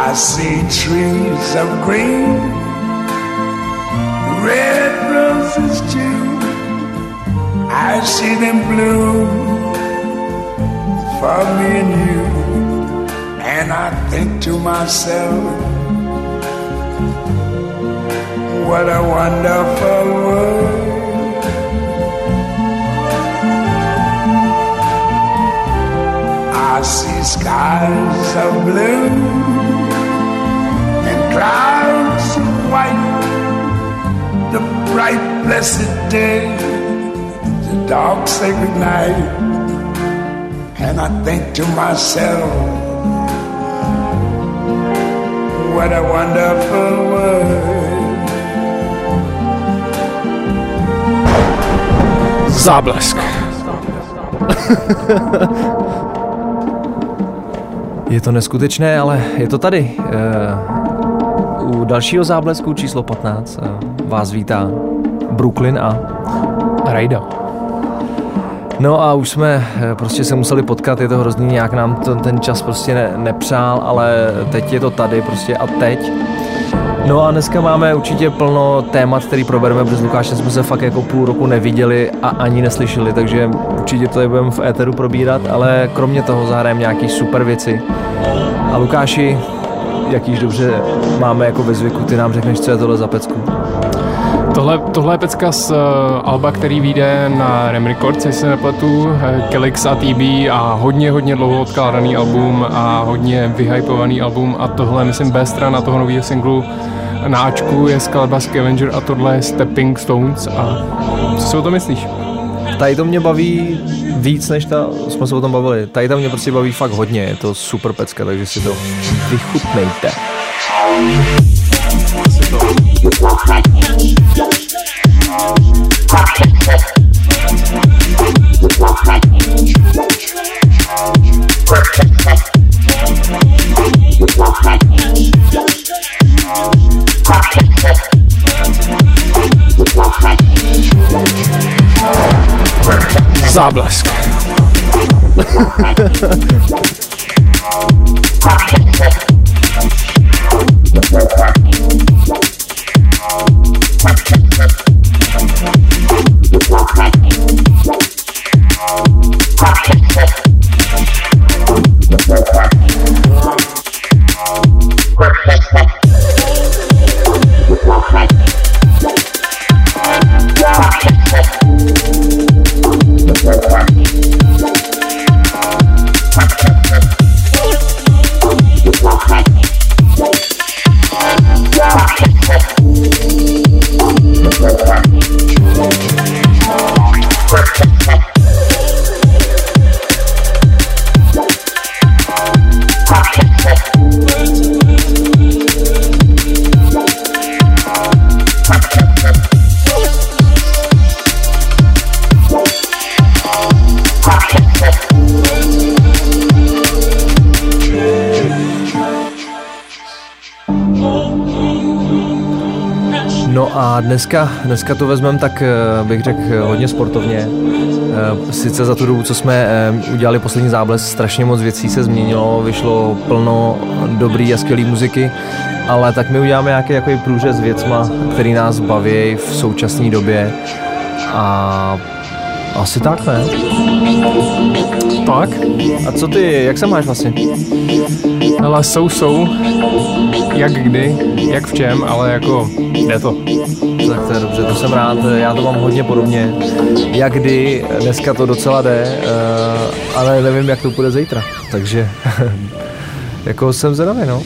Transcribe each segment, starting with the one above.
I see trees of green, red roses too. I see them bloom for me and you. And I think to myself, what a wonderful world. I see skies of blue and clouds of white, the bright blessed day, the dark sacred night. And I think to myself, what a wonderful world. Záblesk. Je to neskutečné, ale je to tady. U dalšího záblesku číslo 15 vás vítá Brooklyn a Rajda. No a už jsme prostě se museli potkat, je to hrozný, nějak nám ten čas prostě nepřál, ale teď je to tady prostě a teď. No a dneska máme určitě plno témat, který probereme, protože s Lukášem jsme se fakt jako půl roku neviděli a ani neslyšeli, takže určitě to budeme v éteru probírat, ale kromě toho zahrajeme nějaký super věci. A Lukáši, jak již dobře máme jako ve zvyku, ty nám řekneš, co je tohle za pecku. Tohle je pecka z alba, který vyjde na Rem Records, jestli se nepletu, Kelix a TB a hodně dlouho odkládaný album a hodně vyhypovaný album a tohle, myslím, B strana toho nového singlu na Ačku je skladba Scavenger a tohle je Stepping Stones a co si o to myslíš? Tady to mě baví víc, než jsme se o tom bavili. Tady to mě prostě baví fakt hodně, je to super pecka, takže si to vychutnejte. Záblesk. A dneska to vezmeme tak, bych řekl, hodně sportovně. Sice za tu dobu, co jsme udělali poslední záblesk, strašně moc věcí se změnilo, vyšlo plno dobrý a skvělý muziky, ale tak my uděláme nějaký jako průřez s věcma, který nás baví v současné době a asi tak, ne? Tak. A co ty, jak se máš vlastně? Ale jsou, jak kdy, jak v čem, ale jako jde to. Tak to je dobře, to jsem rád, já to mám hodně podobně. Jak kdy, dneska to docela jde, ale nevím, jak to půjde zítra, takže jako jsem zvědavý, no.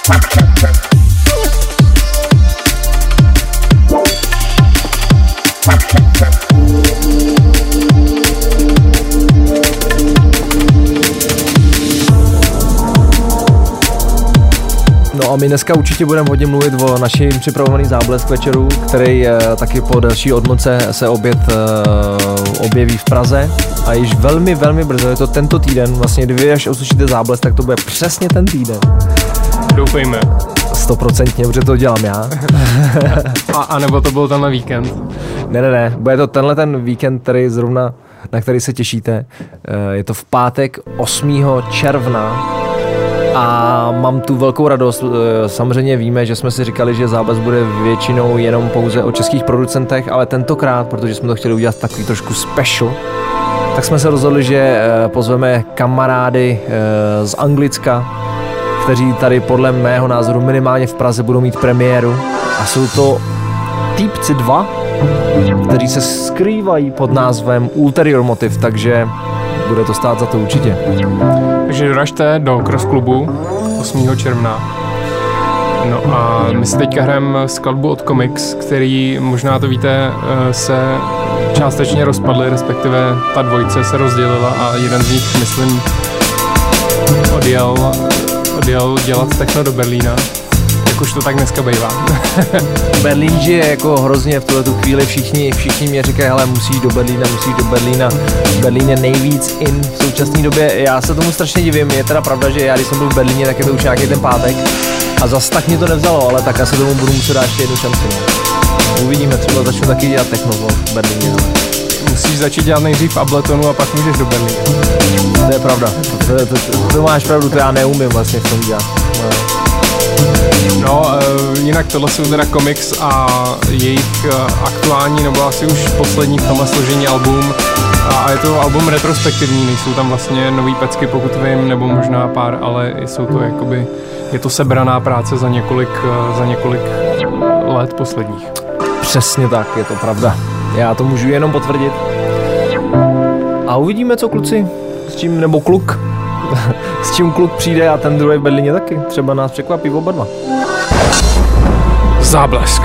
No a my dneska určitě budeme hodně mluvit o našem připravovaný záblesk večeru, který taky po další odmlce se objeví v Praze a již velmi, velmi brzo, je to tento týden, vlastně kdy vy až uslyšíte záblesk, tak to bude přesně ten týden. Doufejme. 100%, protože to dělám já. A nebo to byl tenhle víkend? Ne, bude to tenhle ten víkend, který zrovna, na který se těšíte. Je to v pátek 8. června. A mám tu velkou radost, samozřejmě víme, že jsme si říkali, že záblesk bude většinou jenom pouze o českých producentech, ale tentokrát, protože jsme to chtěli udělat takový trošku special, tak jsme se rozhodli, že pozveme kamarády z Anglicka, kteří tady podle mého názoru minimálně v Praze budou mít premiéru a jsou to týpci 2, kteří se skrývají pod názvem Ulterior Motive, takže bude to stát za to určitě. Takže doražte do Cross klubu 8. června. No a my si teďka hrajeme skladbu od Comics, který, možná to víte, se částečně rozpadly, respektive ta dvojice se rozdělila a jeden z nich, myslím, odjel dělat techno do Berlína. Jak už to tak dneska bývá. Berlín žije jako hrozně v tuhletu chvíli, všichni mě říkají, hele, musíš do Berlína. Berlín je nejvíc in v současné době. Já se tomu strašně divím, je teda pravda, že já když jsem byl v Berlíně, tak je to už nějaký ten pátek a zas tak mě to nevzalo, ale tak já se tomu budu muset dát ještě jednu šanci. No. Uvidíme, třeba začnu taky dělat techno v Berlíně. Ale musíš začít dělat nejdřív v Abletonu a pak můžeš do Berlína. To je pravda, to máš pravdu, to já neumím vlastně v tom dělat. No, jinak tohle jsou teda Comics a jejich aktuální, nebo asi už poslední v tomhle složení album. A je to album retrospektivní, nejsou tam vlastně nový pecky, pokud vím, nebo možná pár, ale jsou to jakoby, je to sebraná práce za několik let posledních. Přesně tak, je to pravda. Já to můžu jenom potvrdit. A uvidíme, co kluci, s čím, nebo kluk, s čím kluk přijde a ten druhý v Berlíně taky. Třeba nás překvapí oba dva. Záblesk.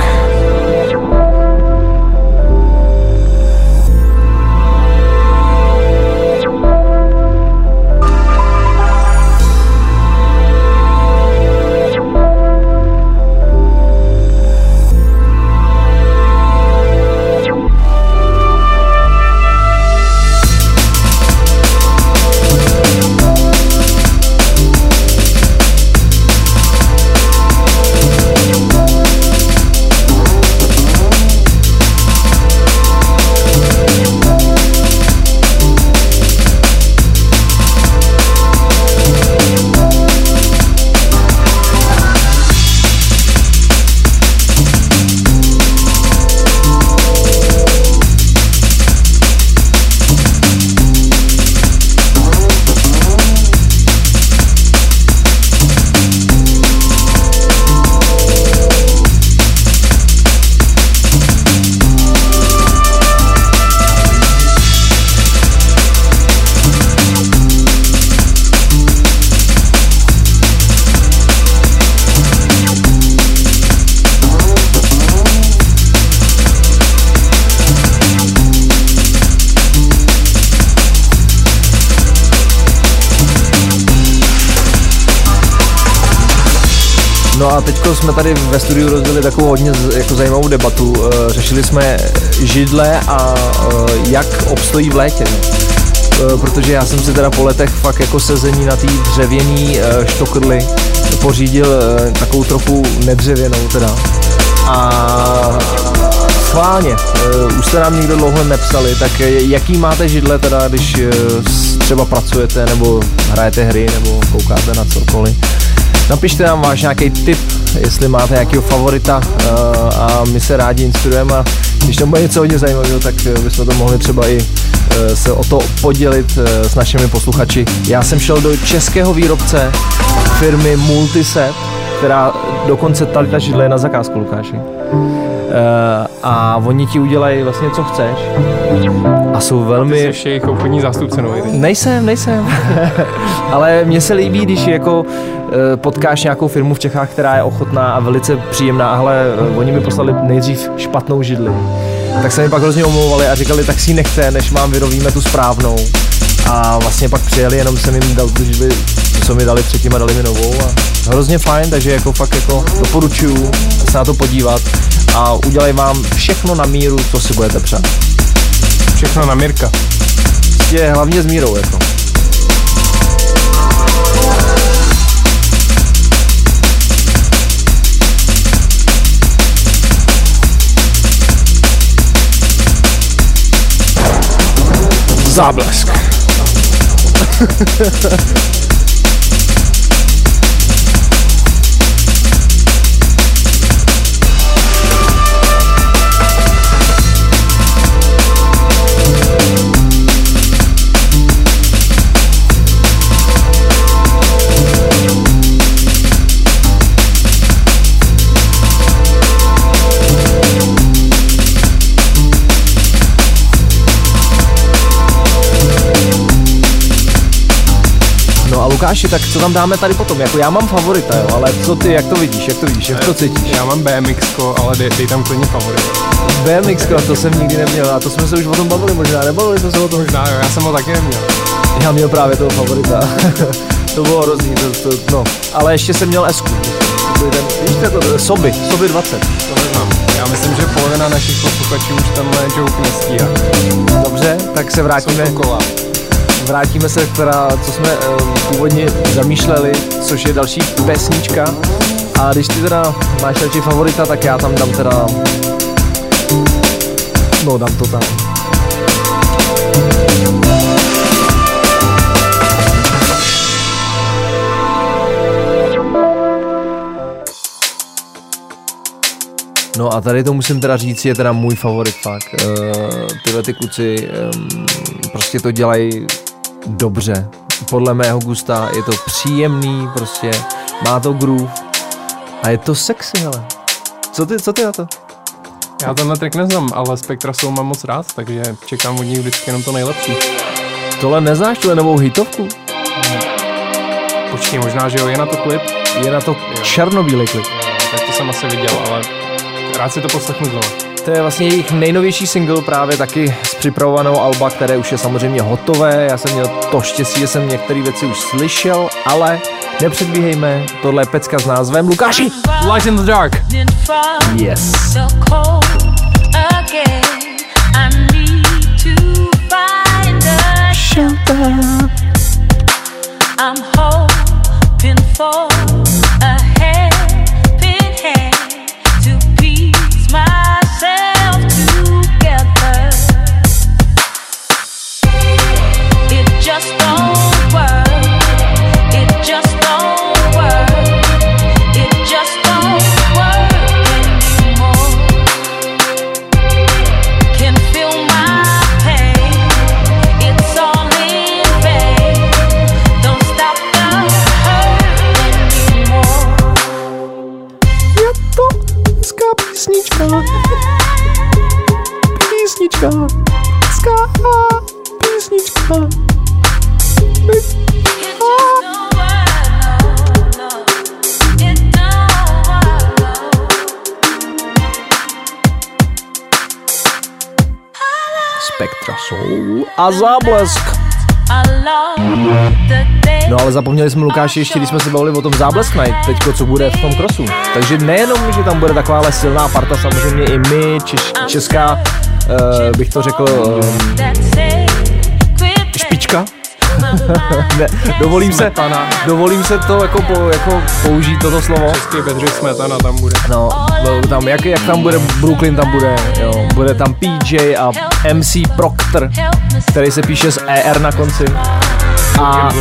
No a teďko jsme tady ve studiu rozdělili takovou hodně jako zajímavou debatu. Řešili jsme židle a jak obstojí v létě. Protože já jsem si teda po letech fakt jako sezení na té dřevěný štokrly pořídil takovou trochu nedřevěnou teda. A schválně, už jste nám nikdo dlouho nepsali, tak jaký máte židle teda, když třeba pracujete nebo hrajete hry nebo koukáte na cokoliv. Napište nám váš nějaký tip, jestli máte nějakého favorita a my se rádi inspirujeme a když tam bude něco hodně zajímavého, tak bychom to mohli třeba i se o to podělit s našimi posluchači. Já jsem šel do českého výrobce firmy Multiset, která dokonce tady ta židle je na zakázku, Lukáši. A oni ti udělají vlastně co chceš a a jsou velmi... Ty jsi jejich obchodní zástupce nový. Nejsem. Ale mně se líbí, když jako potkáš nějakou firmu v Čechách, která je ochotná a velice příjemná, ale oni mi poslali nejdřív špatnou židli. Tak se mi pak hrozně omlouvali a říkali, tak si ji nechte, než vyrovíme tu správnou. A vlastně pak přijeli, jenom jsem jim dal tu židli, co mi dali předtím a dali mi novou. A hrozně fajn, takže jako fakt jako doporučuju se na to podívat a udělají vám všechno na míru, co si budete přát. Všechno na Mirka. Je hlavně s mírou jako. Záblesk. Lukáši, tak co tam dáme tady potom? Jako já mám favorita, jo, ale co ty, jak to vidíš, jak to cítíš? Já mám BMXko, ale dej tam klidně favorit. BMXko, to jsem nikdy neměl a to jsme se už o tom bavili možná, nebavili jsme se o tom? Možná jo, já jsem ho taky neměl. Já měl právě toho favorita, to bylo hrozný, no, ale ještě jsem měl S-ku. Víš to, Soby 20. To neznám. Já myslím, že polovina našich posluchačů už tenhle joke nestíhá. Dobře, tak se vrátíme se teda, co jsme původně zamýšleli, což je další pesnička. A když ty teda máš radši favorita, tak já tam dám teda... No, dám to tam. No a tady to musím teda říct, je teda můj favorit fakt. Tyhle ty kluci prostě to dělají dobře. Podle mého gusta je to příjemný, prostě má to groove a je to sexy, hele. Co ty na to? Já tenhle track neznám, ale Spectra Soul mám moc rád, takže čekám od nich vždycky jenom to nejlepší. Tohle neznáš, tuhle novou hitovku? Počkej, možná, že jo, je na to klip? Je na to černobílý klip. Tak to jsem asi viděl, ale rád si to poslechnu znovu. To je vlastně jejich nejnovější single, právě taky s připravovanou alba, které už je samozřejmě hotové. Já jsem měl to štěstí, že jsem některé věci už slyšel, ale nepředbíhejme, tohle je pecka s názvem Lukáši! Light in the Dark! Yes! I'm hoping for a helping hand to piece myself together. It just don't work. It just don't work. It just don't work anymore. Can feel my pain. It's all in vain. Don't stop the hurt anymore. Je to hezká písnička. Písnička. Hezká písnička. It just don't work, no, no. It don't work, no. Spectra Soul a Záblesk. I love the day. No ale zapomněli jsme, Lukáši, ještě když jsme se bavili o tom Záblesk Night, teďko co bude v tom crossu. Takže nejenom, že tam bude takováhle silná parta, samozřejmě i my, česká, bych to řekl, špička. Ne, dovolím se to jako použít toto slovo. Český Bedřich Smetana tam bude. No, tam, jak tam bude, Brooklyn tam bude, jo, bude tam PJ a MC Proctor, který se píše s ER na konci. A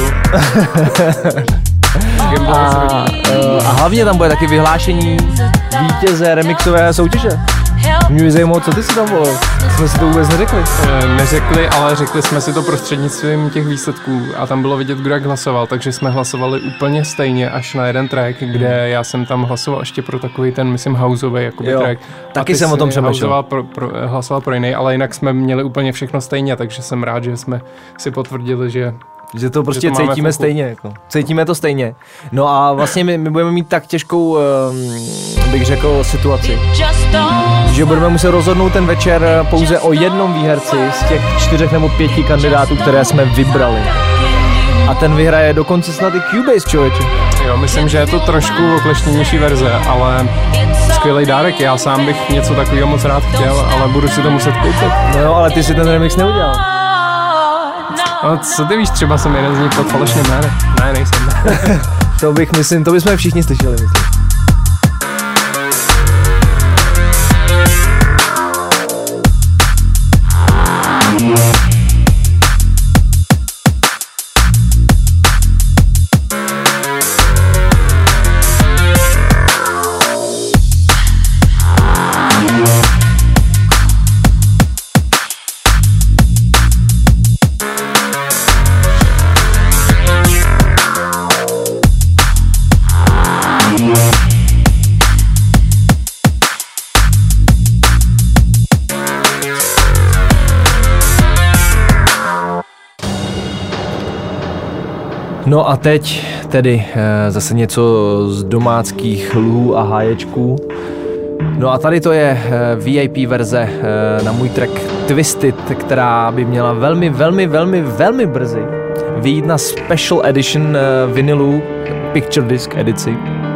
hlavně tam bude taky vyhlášení vítěze remixové soutěže. Mě by zajímalo, co ty si tam volil. Jsme si to vůbec neřekli. Neřekli, ale řekli jsme si to prostřednictvím těch výsledků a tam bylo vidět, kdo jak hlasoval, takže jsme hlasovali úplně stejně až na jeden track, kde já jsem tam hlasoval ještě pro takový ten, myslím, houseový jakoby track. Taky jsem o tom přemýšlel. Hlasoval pro jiný, ale jinak jsme měli úplně všechno stejně, takže jsem rád, že jsme si potvrdili, že to prostě cítíme stejně. Jako. Cítíme to stejně. No a vlastně my budeme mít tak těžkou, bych řekl, situaci, že budeme muset rozhodnout ten večer pouze o jednom výherci z těch 4 nebo 5 kandidátů, které jsme vybrali. A ten vyhraje dokonce snad i Cubase, člověče. Jo, myslím, že je to trošku okleštěnější verze, ale skvělý dárek. Já sám bych něco takového moc rád chtěl, ale budu si to muset koupit. No jo, ale ty si ten remix neudělal. No, co ty víš, třeba jsem jeden z nich pod falešným jménem. Ne, nejsem. to bychom všichni slyšeli, myslím. No a teď tedy zase něco z domáckých lhů a háječků. No a tady to je VIP verze na můj track Twisted, která by měla velmi brzy vyjít na Special Edition vinilu Picture Disc edici.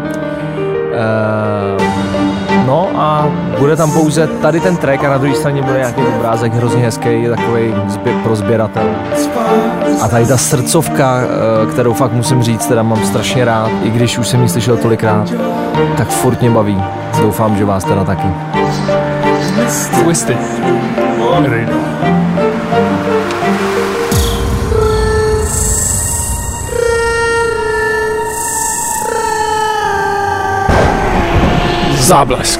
No a bude tam pouze tady ten track a na druhé straně bude nějaký obrázek hrozně hezký, takový pro sběratel. A tady ta srdcovka, kterou fakt musím říct, teda mám strašně rád, i když už jsem ji slyšel tolikrát, tak furt mě baví. Doufám, že vás teda taky. Twisted. Záblesk.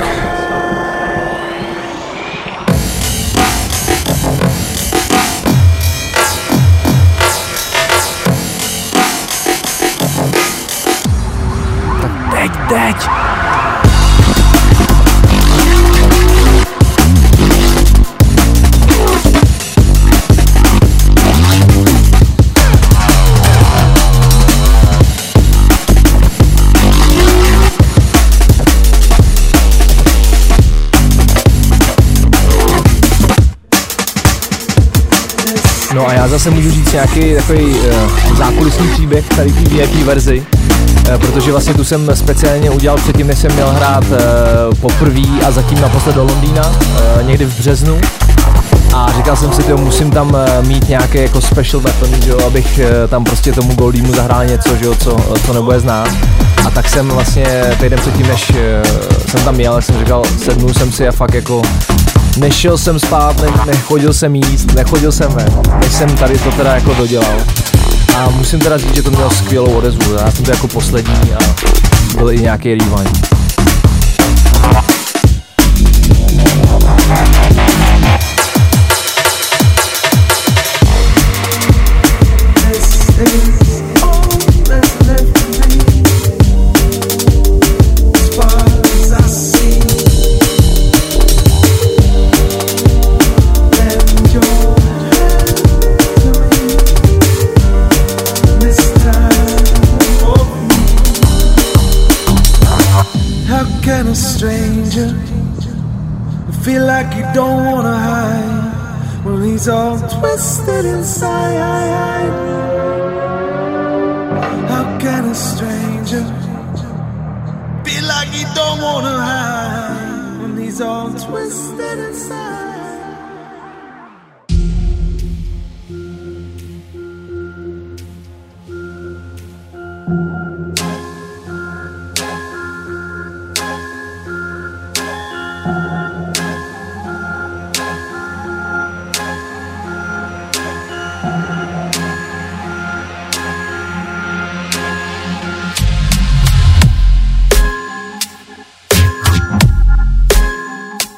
Tak teď. No a já zase můžu říct nějaký takový zákulisní příběh tady té VIP verzi, protože vlastně tu jsem speciálně udělal předtím, než jsem měl hrát poprvé a zatím naposled do Londýna, někdy v březnu. A říkal jsem si, že musím tam mít nějaký jako special weapon, že abych tam prostě tomu Goldiemu zahrál něco, že co nebude znát. A tak jsem vlastně týden předtím, než jsem tam jel, jsem říkal, sednul jsem si a fakt jako nešel jsem spát, nechodil jsem jíst, nechodil jsem ven, než jsem tady to teda jako dodělal. A musím teda říct, že to mělo skvělou odezvu, já jsem to jako poslední a byl i nějaký rewind. Stranger, feel like you don't wanna hide when he's all twisted inside. How can a stranger feel like you don't wanna hide when he's all twisted inside?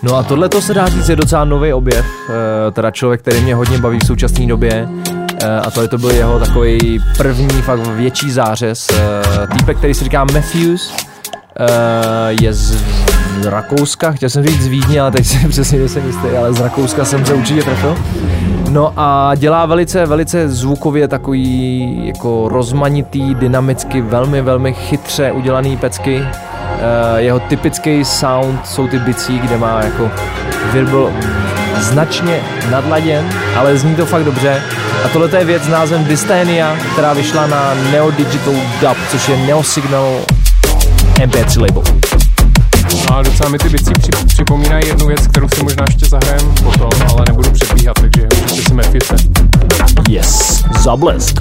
No a tohle to se dá říct je docela nový objev, teda člověk, který mě hodně baví v současné době. A tohle to byl jeho takový první fakt větší zářez. Týpek, který se říká Matthews, je z Rakouska, chtěl jsem říct z Vídně, ale teď si přesně nejsem jistý, ale z Rakouska jsem se určitě trefil. No a dělá velice zvukově takový jako rozmanitý, dynamicky, velmi chytře udělaný pecky. Jeho typický sound jsou ty bicí, kde má jako virbel značně nadladěn, ale zní to fakt dobře. A tohle je věc s názvem Dystania, která vyšla na Neo Digital Dub, což je Neo Signal MP3 label. No a docela mi ty bicí připomínají jednu věc, kterou si možná ještě zahrajem potom, ale nebudu předbíhat, takže můžete si Matthewse. Yes, zablesk.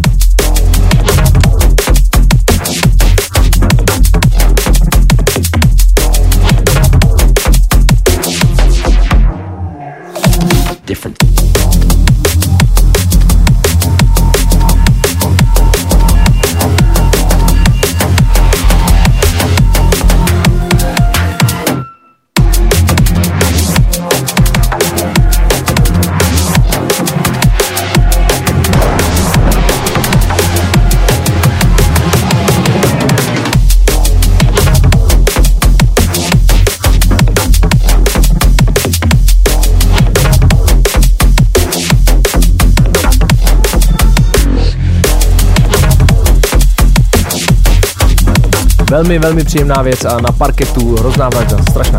Different. Velmi příjemná věc a na parketu hrozná vražda, strašná.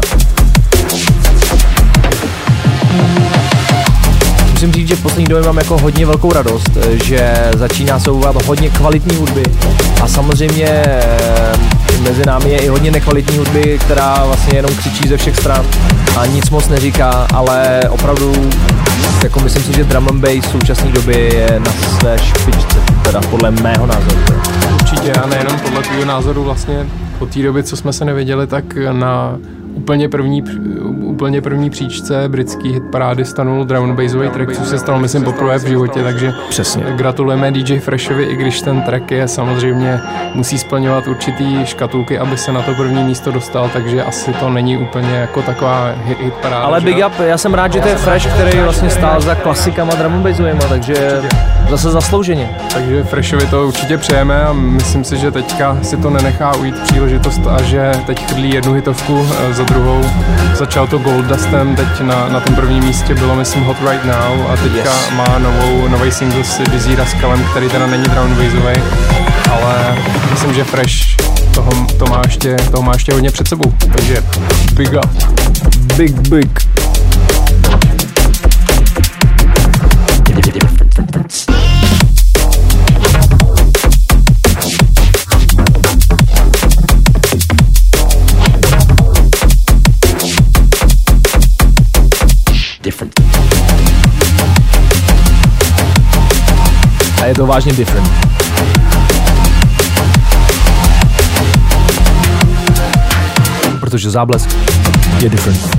Musím říct, že v poslední době mám jako hodně velkou radost, že začíná se objevovat hodně kvalitní hudby a samozřejmě mezi námi je i hodně nekvalitní hudby, která vlastně jenom křičí ze všech stran a nic moc neříká, ale opravdu jako myslím si, že drum and bass v současné době je na své špičce, teda podle mého názoru. Určitě a nejenom podle tvýho názoru vlastně po té době, co jsme se nevěděli, tak na úplně první příčce britský hitparády stanul drum and bassový track, což se stalo myslím poprvé v životě, takže přesně. Gratulujeme DJ Freshovi, i když ten track je samozřejmě musí splňovat určitý škatulky, aby se na to první místo dostal, takže asi to není úplně jako taková hitparáda. Ale big up, já jsem rád, že to je Fresh, který vlastně stál za klasikama drum and bassovýma, takže zase zaslouženě. Takže Freshovi to určitě přejeme a myslím si, že teďka si to nenechá ujít příležitost a že teď chrlí jednu hitovku za druhou. Začal to Gold Dustem, teď na tom prvním místě bylo myslím Hot Right Now a teďka má nový single s Dizzy Rascalem, který teda není drum and bassový, ale myslím, že Fresh toho má ještě hodně před sebou, takže big up. Big. A je to vážně different. Protože záblesk je different.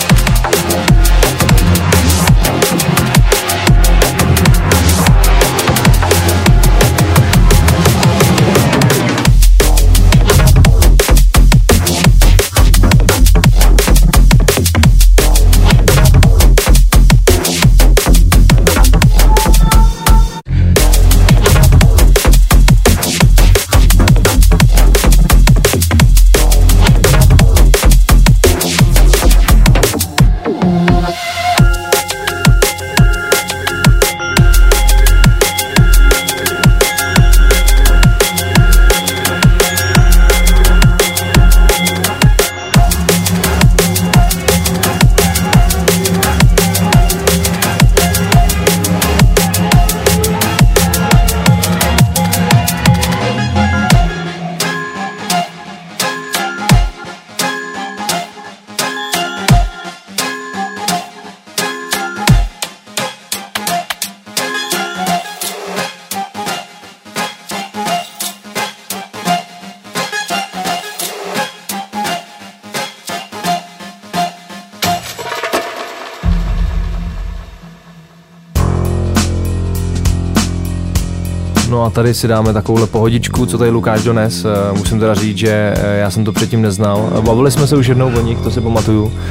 No a tady si dáme takovouhle pohodičku, co tady Lukáš dones. Musím teda říct, že já jsem to předtím neznal. Bavili jsme se už jednou o nich, to si pamatuju.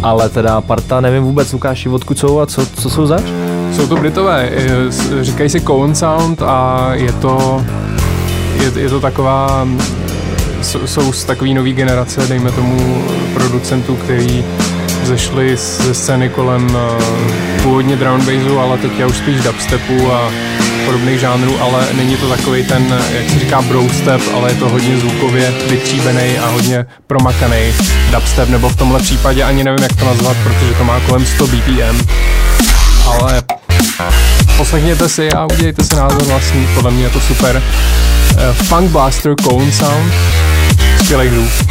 ale teda parta, nevím vůbec, Lukáši, odkud jsou a co jsou zač? Jsou to Britové, říkají si Cohen Sound a je to taková, jsou z takový nový generace, dejme tomu, producentů, který zešli ze scény kolem původně drum and bassu, ale teď už spíš dubstepu a podobných žánrů, ale není to takový ten, jak se říká, broadstep, ale je to hodně zvukově vytříbený a hodně promakaný dubstep, nebo v tomhle případě ani nevím, jak to nazvat, protože to má kolem 100 BPM, ale poslechněte si a udělejte si názor vlastní, podle mě je to super. Funk Blaster, Cohen Sound, skvělej groove.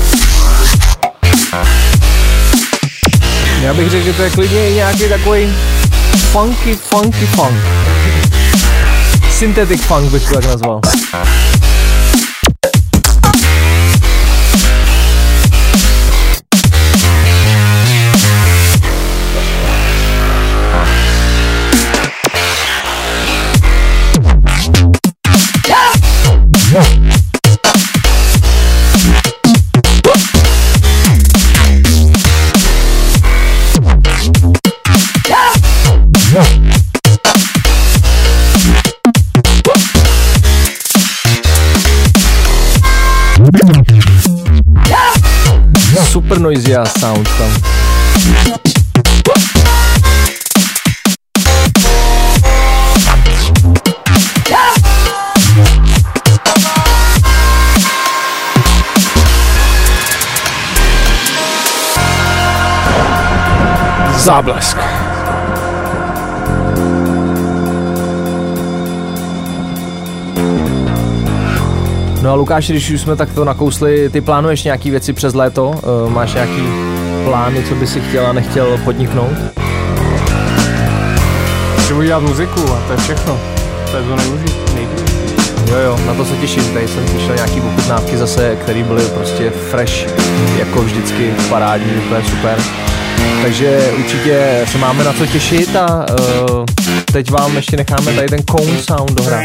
Já bych řekl, že to je klidně nějaký takový funky funk. Synthetic funk bych to tak nazval. Super noisy a sound tam. Záblesk. No a Lukáši, když už jsme takto nakousli, ty plánuješ nějaký věci přes léto? Máš nějaký plány, co by si chtěl a nechtěl podniknout? Chci dělat muziku a to je všechno. To je to nejdůležitější. Jo, na to se těším. Tady jsem slyšel nějaký ochutnávky zase, které byly prostě fresh, jako vždycky parádní, úplně super. Takže určitě se máme na co těšit a teď vám ještě necháme tady ten Cohen Sound dohrát.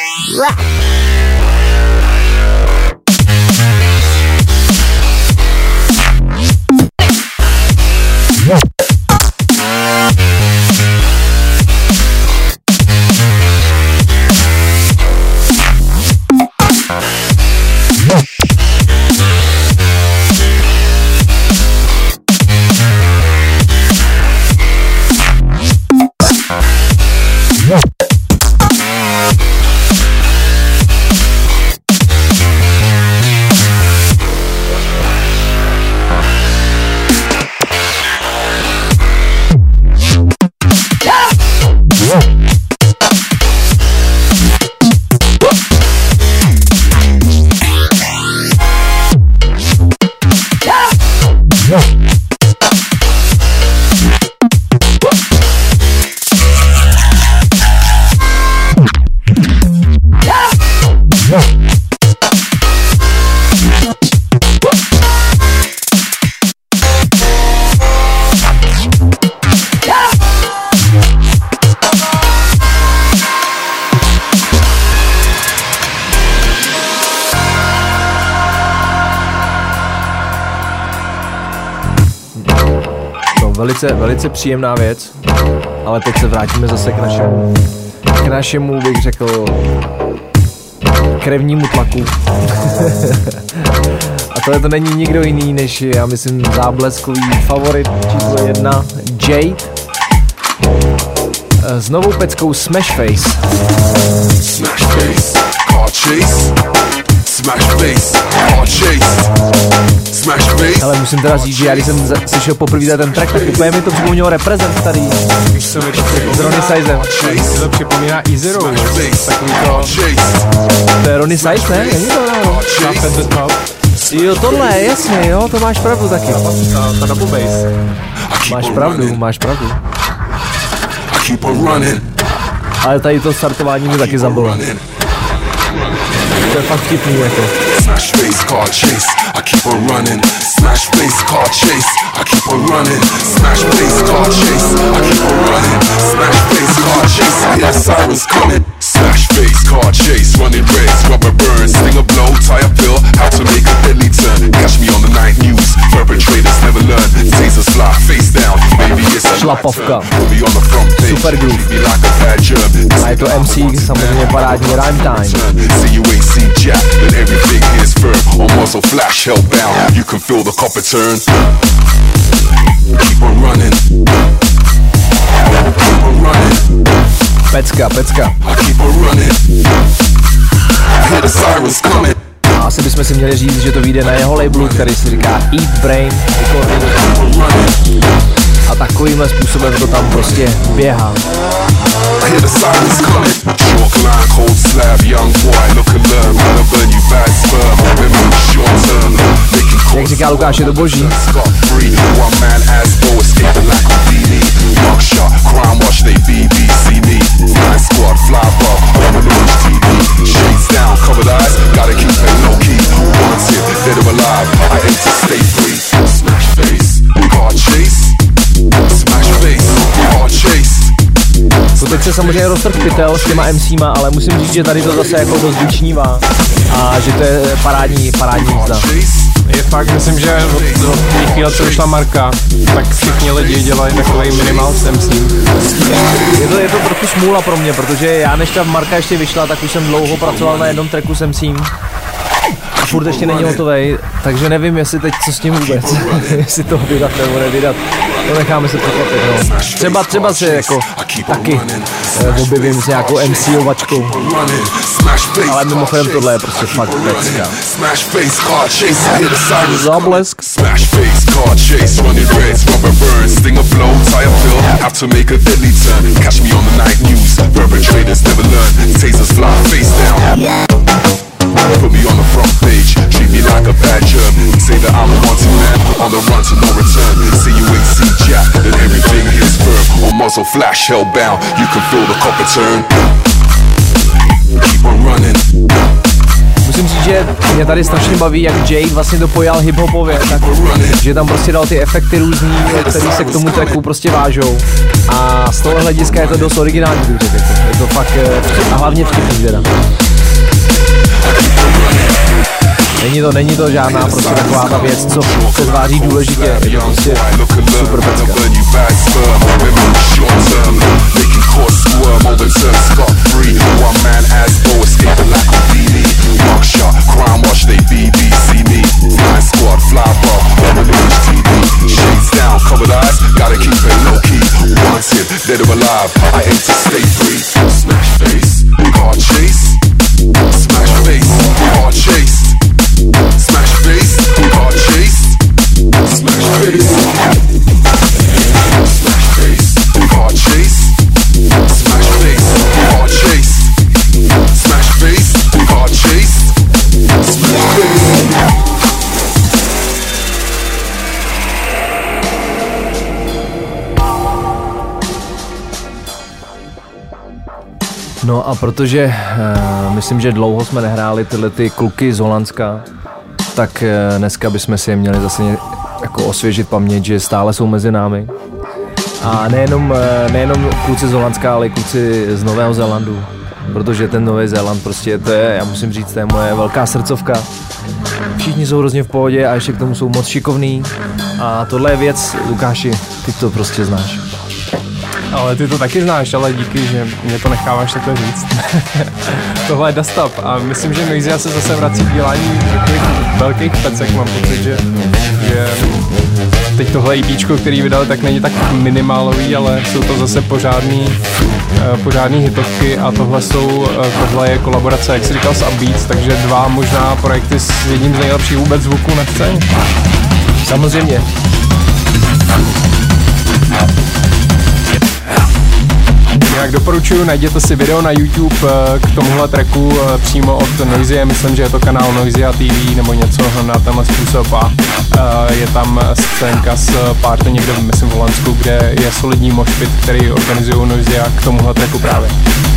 Velice příjemná věc, ale teď se vrátíme zase k našemu, bych řekl, krevnímu tlaku. A tohle to není nikdo jiný než, já myslím, zábleskový favorit číslo 1, Jade, s novou peckou Smash Face. Smash face, car chase. Smash face, car chase. Smash face. Ale musím teda říct, že já když jsem slyšel poprvé ten track, tak úplně mi to připomnělo Represent starý. Víš co, S Ronnie Sizem. to připomíná Easy Road, takový To je Ronnie Size, ne? Není to, no? Jo, tohle, jasně, jo, to máš pravdu taky. Ta double bass. Máš pravdu. I keep on running. Ale tady to startování mi taky zabilo. To je fakt vtipný, jako. Smash face, car chase. I keep on running. Smash face, car chase. I keep on running. Smash face, car chase. I keep on running. Smash face, car chase. I hear sirens coming. Smash face, car chase. Running reds, rubber burns. Sting a blow, tire pill. How to make a deadly turn. Catch me on the night news. Perpetrators never learn. Tasers fly. šlapovka. Put me on the front page, Super groove. treat me like a bad germ. A je to MC, samozřejmě parádní Rhyme Time. See you ain't seen jack, but everything here's firm. On muzzle flash, hellbound, you can feel the copper turn. Keep on running. Keep on running. Pecka. I keep on running. Hear the sirens coming. A asi bychom si měli říct, že to vyjde na jeho labelu, který si říká Eat Brain. A takovýmhle způsobem to tam prostě běhá. Hear the sirens coming. Short line, cold slab, young boy, look and learn. Wanna burn you bad sperm. Remember short term. Making calls. Jak říká Lukáš, je to boží. Scot free. One man as bo escape the lack of beanie. Mug shot, crime watch, they BBC me. Flying squad, fly bar, on the launch TV. Shades down, covered eyes, gotta keep it low key. Wanted, dead or alive, I aim to stay free. Smash face, car chase. Smash face, car chase. To teď se samozřejmě roztrh pytel s těma MC'ma, ale musím říct, že tady to zase jako dost vyčnívá a že to je parádní jízda. Je fakt, myslím, že od té chvíle, co vyšla Marka, tak všichni lidi dělají takový minimál s MC. Je to trochu smůla pro mě, protože já než ta Marka ještě vyšla, tak už jsem dlouho pracoval na jednom tracku s MC'm. A furt ještě není hotovej, takže nevím, jestli teď co s tím vůbec, jestli to vydat nebo nevydat. To necháme se překvapit, no. Třeba se jako taky objevím s nějakou MC-ovačkou. Ale mimochodem tohle je prostě fakt pecka. Zablesk. Smash face, car chase, running reds, rubber burns, stinger blow, tire fill, have to make a deadly turn. Catch me on the night news, perpetrators never learn, tasers fly face down. Put me on the front page, treat me like a bad germ. Say that I'm a wanted man, on the run to no return. See you ain't seen jack, then everything is firm. On muzzle flash, hellbound, you can feel the copper turn. Keep on running. Musím říct, že mě tady strašně baví, jak Jay vlastně to pojal hiphopově, tak, že tam prostě dal ty efekty různý, které se k tomu tracku prostě vážou. A z toho hlediska je to dost originální, bych řekl. Je to fakt a hlavně vtipný teda. Není to žádná prostě taková ta věc, co se tváří důležitě, je to prostě super pecka. Dead or alive, I aim to stay free. Smash face, car chase. Smash face, car chase. Smash face, car chase. Smash face. Smash face, car chase. Smash face, car chase. Smash face, car chase. Smash face. No a protože myslím, že dlouho jsme nehráli tyhle ty kluky z Holandska, tak dneska bychom si je měli zase jako osvěžit paměť, že stále jsou mezi námi. A nejenom kluci z Holandska, ale i kluci z Nového Zélandu. Protože ten Nový Zéland prostě to je, já musím říct, to je moje velká srdcovka. Všichni jsou hrozně v pohodě a ještě k tomu jsou moc šikovný. A tohle je věc, Lukáši, ty to prostě znáš. Ale ty to taky znáš, ale díky, že mě to necháváš takhle říct. Tohle je Dust Up a myslím, že Noisia se zase vrací k dělání takových velkých pecek, mám pocit, že teď tohle EPčko, který vydali, tak není tak minimálový, ale jsou to zase pořádný hitovky a tohle je kolaborace, jak jsi říkal, s Upbeats, takže dva možná projekty s jedním z nejlepších vůbec zvuků na scéně. Samozřejmě. Jak doporučuji, najděte si video na YouTube k tomuhle tracku přímo od Noisie, myslím, že je to kanál Noisia TV nebo něco na tenhle způsob a je tam scénka z party někde, myslím, v Holandsku, kde je solidní moshpit, který organizují Noisia k tomuhle tracku právě.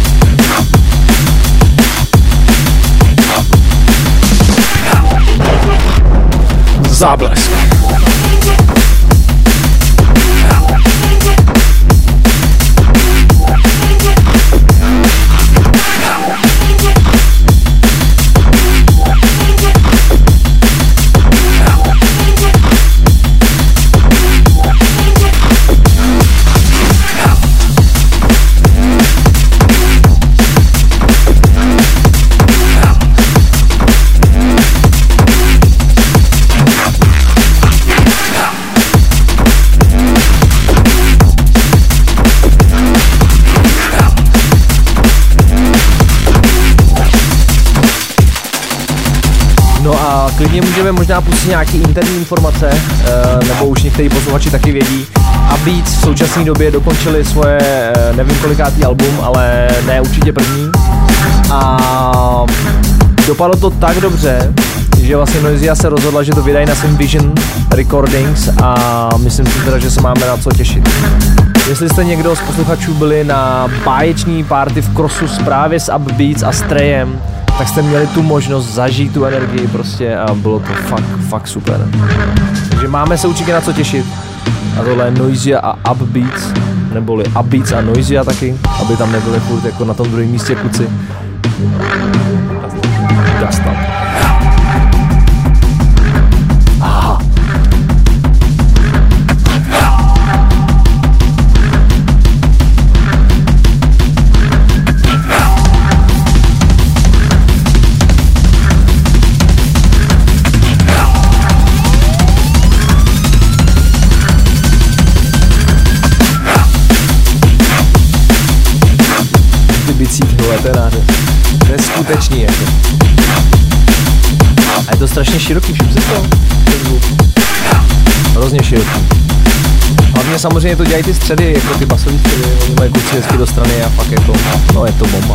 Záblesk. klidně můžeme možná pustit nějaký interní informace, nebo už některý posluchači taky vědí. A Beats v současné době dokončili svoje, nevím kolikátý album, ale ne určitě první. A dopadlo to tak dobře, že vlastně Noisia se rozhodla, že to vydají na svým Vision Recordings a myslím si teda, že se máme na co těšit. Jestli jste někdo z posluchačů byli na báječní party v Crossu právě s Upbeats a Strayem, tak jste měli tu možnost zažít tu energii prostě a bylo to fakt super. Takže máme se určitě na co těšit. A tohle je Noisia a Upbeats, neboli Upbeats a Noisia taky, aby tam nebyli furt jako na tom druhém místě kluci. Dust up. Aha. To je nádher. To je skutečný jako. A je to strašně široký, všim si to? Hrozně široký. Hlavně samozřejmě to dělají ty středy, jako ty basový středy, oni mají kluci hezky do strany a fakt jako, no je to bomba.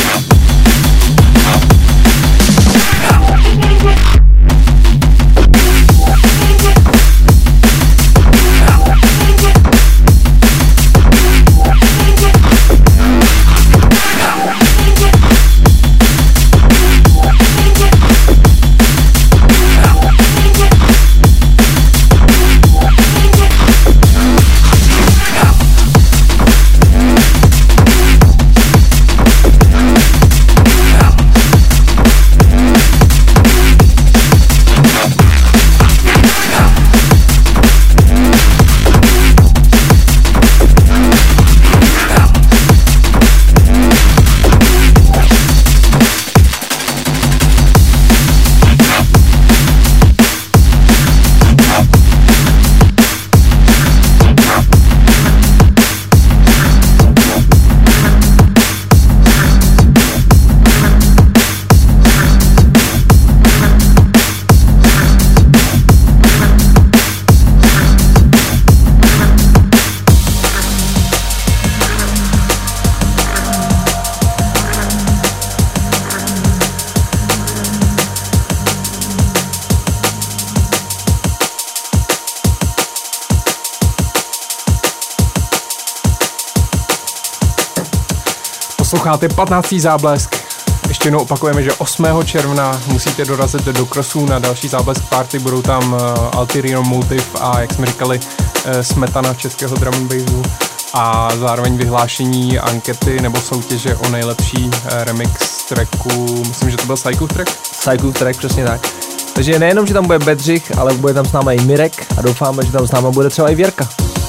Posloucháte 15. záblesk. Ještě jednou opakujeme, že 8. června musíte dorazit do Crossu na další záblesk party. Budou tam Ulterior Motive a, jak jsme říkali, smetana českého drum and bassu a zároveň vyhlášení ankety nebo soutěže o nejlepší remix tracku. Myslím, že to byl Psycho track? Psycho track, přesně tak. Takže nejenom, že tam bude Bedřich, ale bude tam s námi i Mirek a doufáme, že tam s námi bude třeba i Věrka.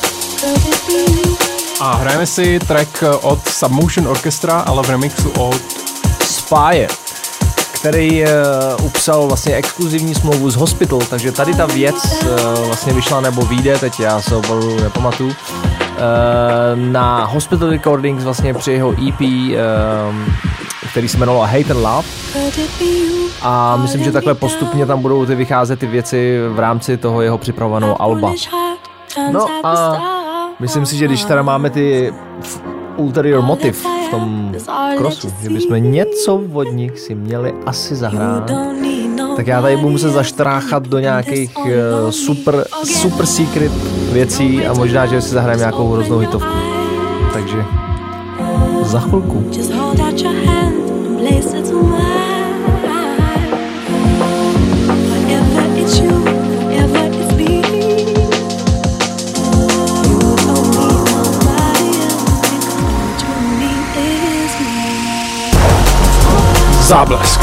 A hrajeme si track od Submotion Orchestra, ale v remixu od Spire, který upsal vlastně exkluzivní smlouvu s Hospital, takže tady ta věc vlastně vyšla nebo vyjde, teď já se opravdu nepamatuju, na Hospital Recordings vlastně při jeho EP, který se jmenoval Hate and Love. A myslím, že takhle postupně tam budou vycházet ty věci v rámci toho jeho připravovaného alba. No a myslím si, že když teda máme ty Ulterior Motive v tom Crossu, že bychom něco od nich si měli asi zahrát, tak já tady budu muset zaštráchat do nějakých super secret věcí a možná, že si zahrajeme nějakou hroznou hitovku. Takže za chvilku. Záblesk.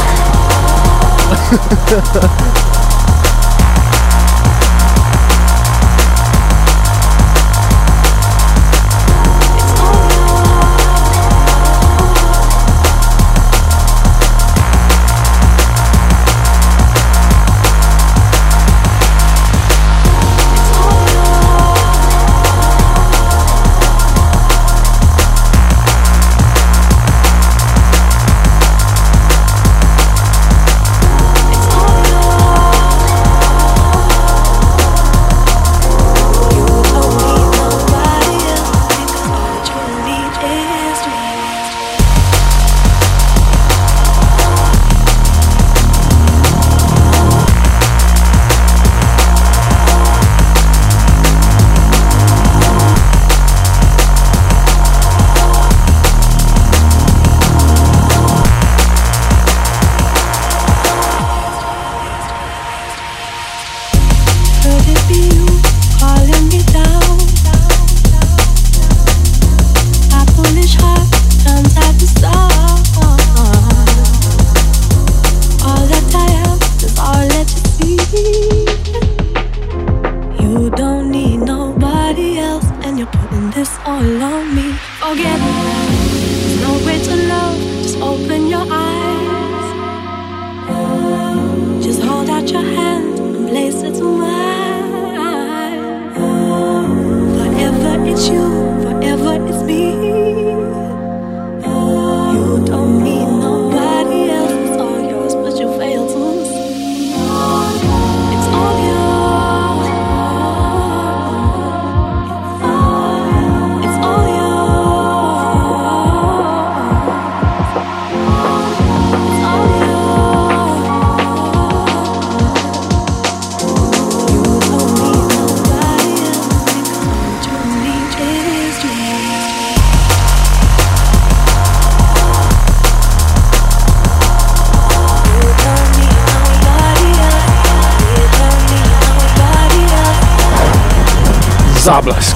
Záblesk.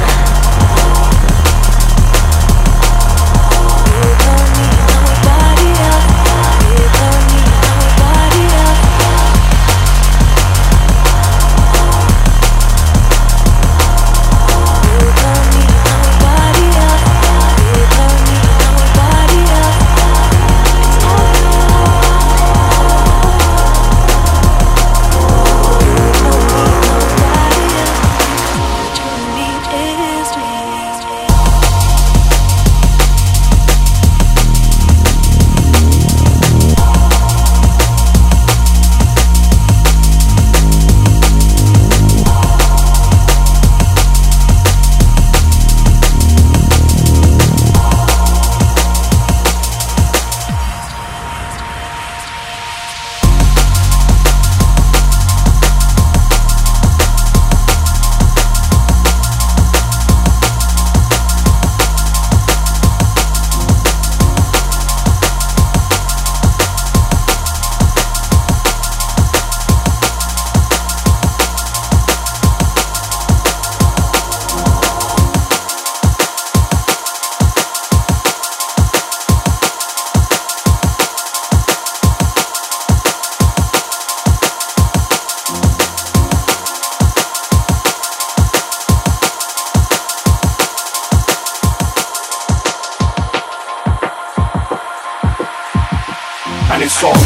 And it's all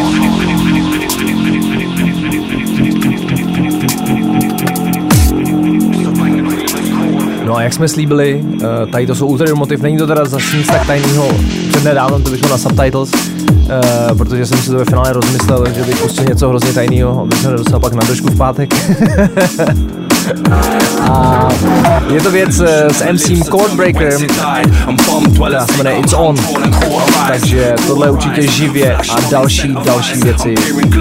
No a jak jsme slíbili, tady to jsou Ulterior Motive, není to teda zase nic tak tajného, přednedávno to vyšlo na Subtitles, protože jsem si to ve finále rozmyslel, že bych pustil něco hrozně tajného, aby jsem nedostal pak na držku v pátek. A je to věc s MCem Codebreakerem, která se jmenuje It's On, takže tohle je určitě živě a další věci.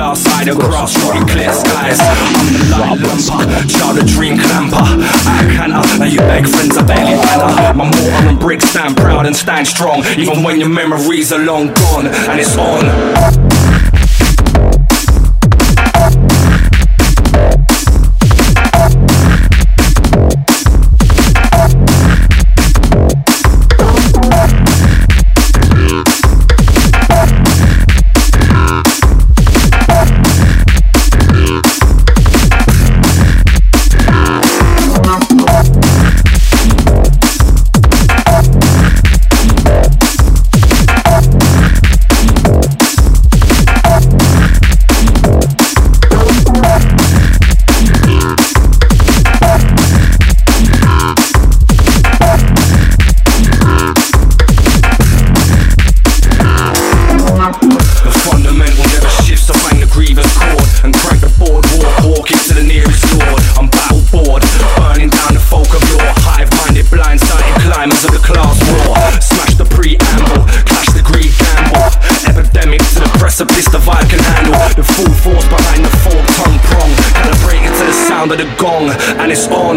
And it's on.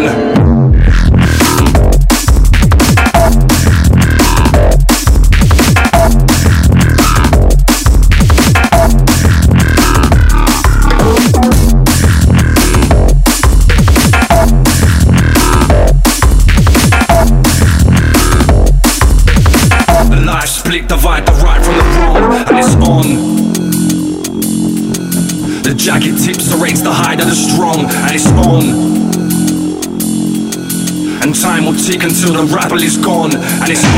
The life split, divide the right from the wrong, and it's on. The jacket tips serrates the hide of the strong, and it's on. And time will tick until the rabble is gone, and it's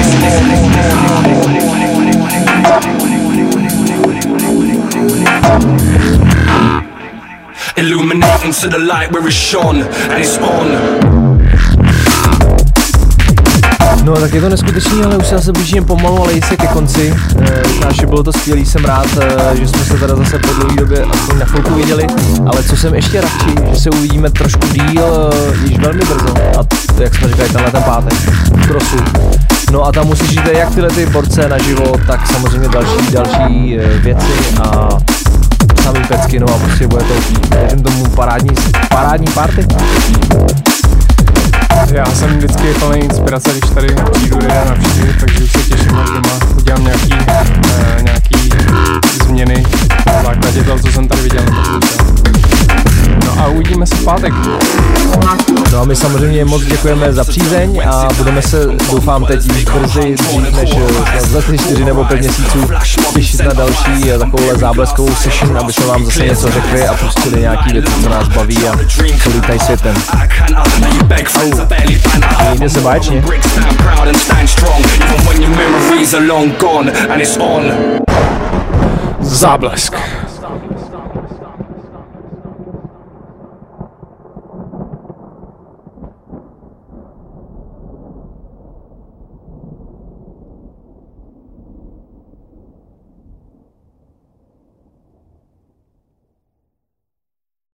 illuminating to the light where it's shone, and it's on. No tak je to neskutečný, ale už se zase blížím pomalu, ale jistě ke konci. Říkáš, bylo to skvělý, jsem rád, že jsme se teda zase po dlouhé době aspoň na chvilku viděli, ale co jsem ještě radši, že se uvidíme trošku díl, již velmi brzo, a jak jsme říkali, tenhle ten pátek, v Crossu. No a tam uslyšíte jak tyhle ty borce naživo, tak samozřejmě další věci a samý pecky, no a prostě bude to, věřím tomu, parádní party. Já jsem vždycky plný inspirace, když tady přijdu lidé navštívit, takže už se těším, až doma udělám nějaký změny na základě toho, co jsem tady viděl na to. No a uvidíme se v pátek. No a my samozřejmě moc děkujeme za přízeň a budeme se, doufám, teď již brzy, dřív než za 4 nebo 5 měsíců těšit na další takovouhle zábleskovou session, aby jsme vám zase něco řekli a pustili nějaký věci, co nás baví a co lítají světem. Mějte se báječně. Záblesk.